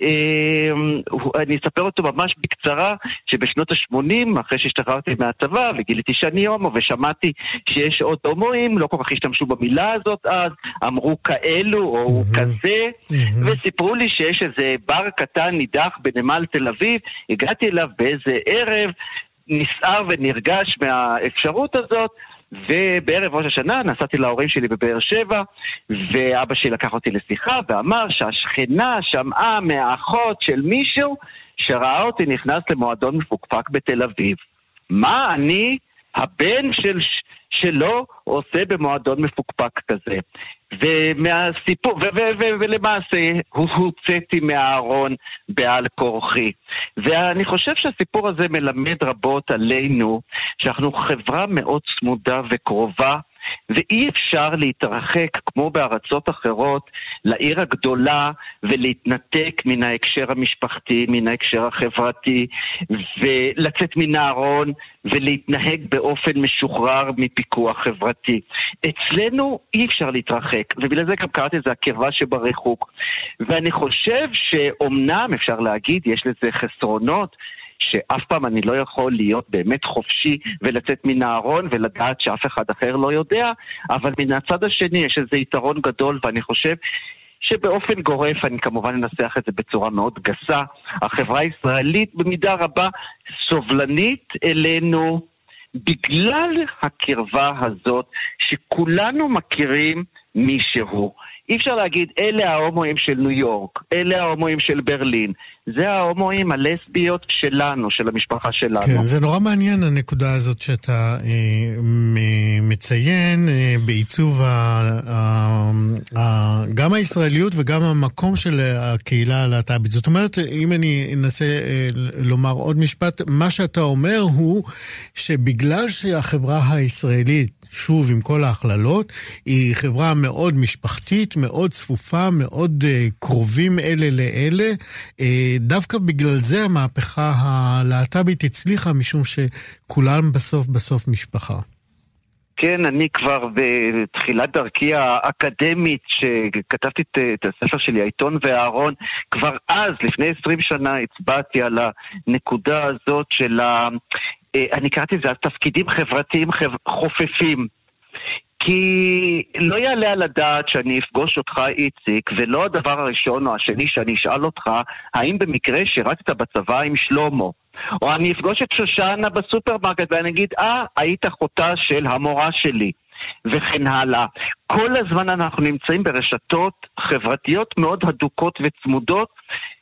אני אספר אותו ממש בקצרה, שבשנות ה-80, אחרי שהשתחררתי מהצבא וגיליתי שאני הומו ושמעתי שיש עוד הומואים, לא כל כך השתמשו במילה הזאת אז, אמרו כאלו או כזה, וסיפרו לי שיש איזה בר קטן נידח בנמל תל אביב, הגעתי אליו באיזה ערב, נסער ונרגש מהאפשרות הזאת, ובערב ראש השנה נסעתי להורים שלי בבאר שבע, ואבא שלי לקח אותי לשיחה ואמר שהשכנה שמעה מהאחות של מישהו שראה אותי נכנס למועדון מפוקפק בתל אביב. מה אני, הבן שלו, עושה במועדון מפוקפק כזה? ומהסיפור, ולמעשה הוצאתי מהארון בעל כורחי. ואני חושב שהסיפור הזה מלמד רבות עלינו, שאנחנו חברה מאוד צמודה וקרובה, ואי אפשר להתרחק כמו בארצות אחרות לעיר הגדולה ולהתנתק מן ההקשר המשפחתי, מן ההקשר החברתי, ולצאת מן הארון ולהתנהג באופן משוחרר מפיקוח חברתי. אצלנו אי אפשר להתרחק, ובגלל זה גם קראתי את זה הקרבה שבריחוק. ואני חושב שאומנם אפשר להגיד, יש לזה חסרונות, שאף פעם אני לא יכול להיות באמת חופשי ולצאת מן הארון ולדעת שאף אחד אחר לא יודע, אבל מן הצד השני יש איזה יתרון גדול, ואני חושב שבאופן גורף, אני כמובן אנסח את זה בצורה מאוד גסה, החברה הישראלית במידה רבה סובלנית אלינו בגלל הקרבה הזאת שכולנו מכירים מישהו. אי אפשר להגיד, אלה ההומואים של ניו יורק, אלה ההומואים של ברלין. זה ההומואים הלסביות שלנו, של המשפחה שלנו.
כן, זה נורא מעניין הנקודה הזאת שאתה מציין בעיצוב גם הישראליות וגם המקום של הקהילה הלהט"בית. זאת אומרת, אם אני אנסה לומר עוד משפט, מה שאתה אומר הוא שבגלל שהחברה הישראלית, שוב עם כל ההכללות, היא חברה מאוד משפחתית, מאוד צפופה, מאוד קרובים אלה לאלה. דווקא בגלל זה המהפכה הלהט"בית הצליחה, משום שכולם בסוף משפחה.
כן, אני כבר בתחילת דרכי האקדמית, שכתבתי את הספר שלי, העיתון והארון, כבר אז, לפני 20 שנה, הצבעתי על הנקודה הזאת של אני קראתי את זה, תפקידים חברתיים חופפים. כי לא יעלה על הדעת שאני אפגוש אותך, איציק, ולא הדבר הראשון או השני שאני אשאל אותך, האם במקרה שירתת בצבא עם שלמה? או אני אפגוש את שושנה בסופרמרקט ואני אגיד, היית אחותה של המורה שלי, וכן הלאה. כל הזמן אנחנו נמצאים ברשתות חברתיות מאוד הדוקות וצמודות,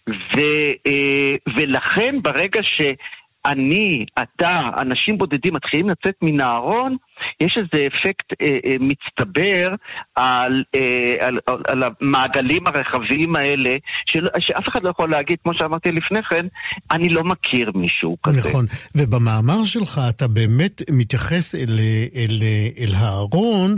ולכן ברגע אתה, אנשים בודדים מתחילים לצאת מן הארון, יש איזה אפקט מצטבר על המעגלים הרחבים האלה, שאף אחד לא יכול להגיד, כמו שאמרתי לפני כן, אני לא מכיר מישהו כזה. נכון,
ובמאמר שלך אתה באמת מתייחס אל הארון,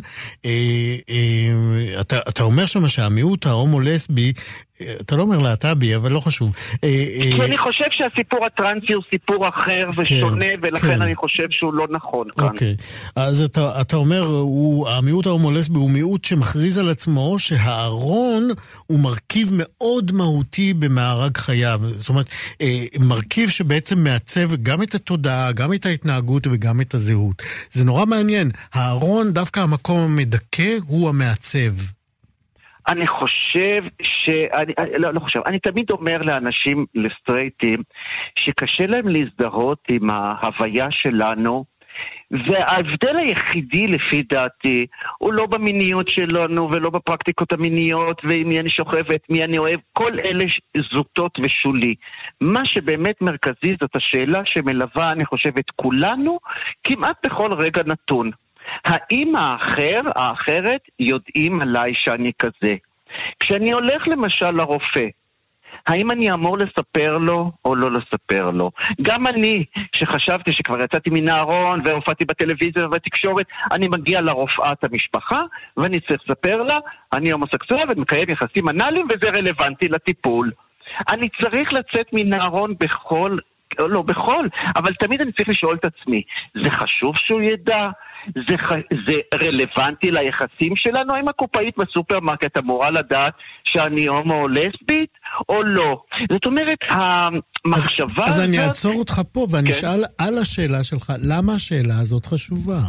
אתה אומר שמה שהמיעוט ההומו-לסבי, אתה לא אומר להט"בי, אבל לא חשוב.
כי אני חושב שהסיפור הטרנסי הוא סיפור אחר ושונה, ולכן אני חושב שהוא לא נכון כאן.
אוקיי, אז אתה אומר, המיעוט ההומו-לסבי הוא מיעוט שמכריז על עצמו שהארון הוא מרכיב מאוד מהותי במארג חייו. זאת אומרת, מרכיב שבעצם מעצב גם את התודעה, גם את ההתנהגות וגם את הזהות. זה נורא מעניין. הארון, דווקא המקום המדכא, הוא המעצב.
אני חושב אני תמיד אומר לאנשים, לסטרייטים, שקשה להם להזדהות עם ההוויה שלנו, וההבדל היחידי לפי דעתי הוא לא במיניות שלנו ולא בפרקטיקות המיניות ומי אני שוכבת, מי אני אוהב, כל אלה זוטות ושולי. מה שבאמת מרכזי זאת השאלה שמלווה, אני חושב, את כולנו כמעט בכל רגע נתון. האם האחרת יודעים עליי שאני כזה? כשאני הולך למשל לרופא, האם אני אמור לספר לו או לא לספר לו? גם אני, שחשבתי שכבר יצאתי מן הארון והופעתי בטלוויזיה ובתקשורת, אני מגיע לרופאת המשפחה ואני צריך לספר לה, אני הומוסקסואל ומקיים יחסים אנאליים וזה רלוונטי לטיפול. אני צריך לצאת מן הארון לא בכל, אבל תמיד אני צריך לשאול את עצמי, זה חשוב שהוא ידע? זה רלוונטי ליחסים שלנו? האם הקופאית בסופרמרקט אמורה לדעת שאני הומו או לסבית או לא? זאת אומרת, המחשבה
אז אני אעצור אותך פה ואני אשאל על השאלה שלך, למה השאלה הזאת חשובה?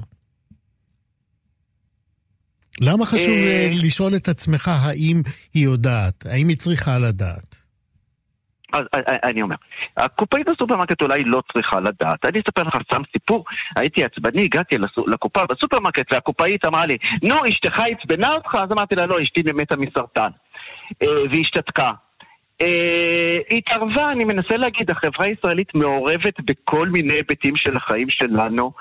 למה חשוב לשאול את עצמך האם היא יודעת? האם היא צריכה לדעת?
אז אני אומר, הקופאית בסופרמרקט אולי לא צריכה לדעת. אני אספר לך סתם סיפור, הייתי עצבני, הגעתי לקופה בסופרמרקט והקופאית אמרה לי, נו, אשתך עצבנה אותך? אז אמרתי לה, לא, אשתי מתה מסרטן. והיא השתתקה. היא התערבה, אני מנסה להגיד, החברה הישראלית מעורבת בכל מיני היבטים של החיים שלנו,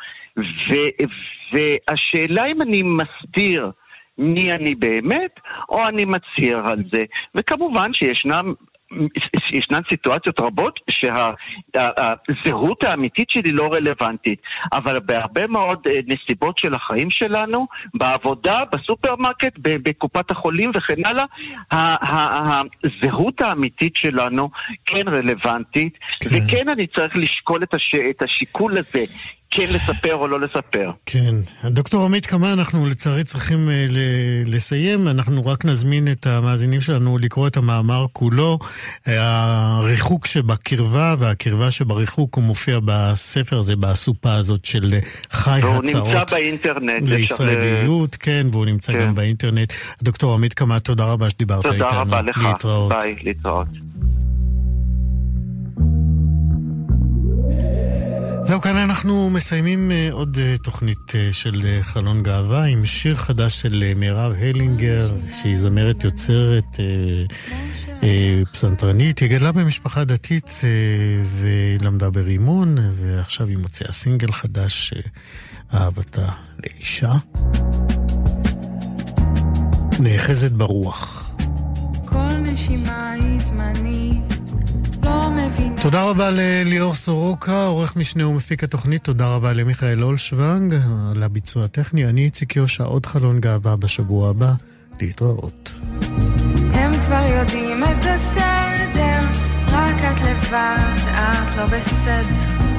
והשאלה אם אני מסתיר מי אני באמת, או אני מצהיר על זה. וכמובן שישנן סיטואציות רבות שהזהות האמיתית שלי לא רלוונטית, אבל בהרבה מאוד נסיבות של החיים שלנו, בעבודה, בסופרמרקט, בקופת החולים וכן הלאה, הזהות האמיתית שלנו כן רלוונטית, וכן אני צריך לשקול את השיקול הזה, כן לספר או לא לספר.
כן. דוקטור עמית קמה, אנחנו לצערי צריכים לסיים. אנחנו רק נזמין את המאזינים שלנו לקרוא את המאמר כולו. הריחוק שבקרבה והקרבה שבריחוק הוא מופיע בספר הזה, בסופה הזאת של חי הצעות.
והוא נמצא באינטרנט.
לישראליות, כן, והוא נמצא גם באינטרנט. דוקטור עמית קמה, תודה רבה שדיברת איתנו.
תודה רבה לך.
להתראות.
ביי, להתראות.
זהו, כאן אנחנו מסיימים עוד תוכנית של חלון גאווה עם שיר חדש של מירב הלינגר, שהיא זמרת יוצרת פסנתרנית. היא גדלה במשפחה דתית ולמדה ברימון, ועכשיו היא מוציאה סינגל חדש, אהבתה לאישה. נאחזת ברוח.
כל נשימה היא זמנית, לא מבינה. תודה רבה לליאור סורוקה, עורך משנה ומפיק התוכנית. תודה רבה למיכאל אולשוונג על הביצוע הטכני. אני איציק יושע, עוד חלון גאווה בשבוע הבא. להתראות.
הם כבר יודעים את הסדר, רק את לבד, את לא בסדר.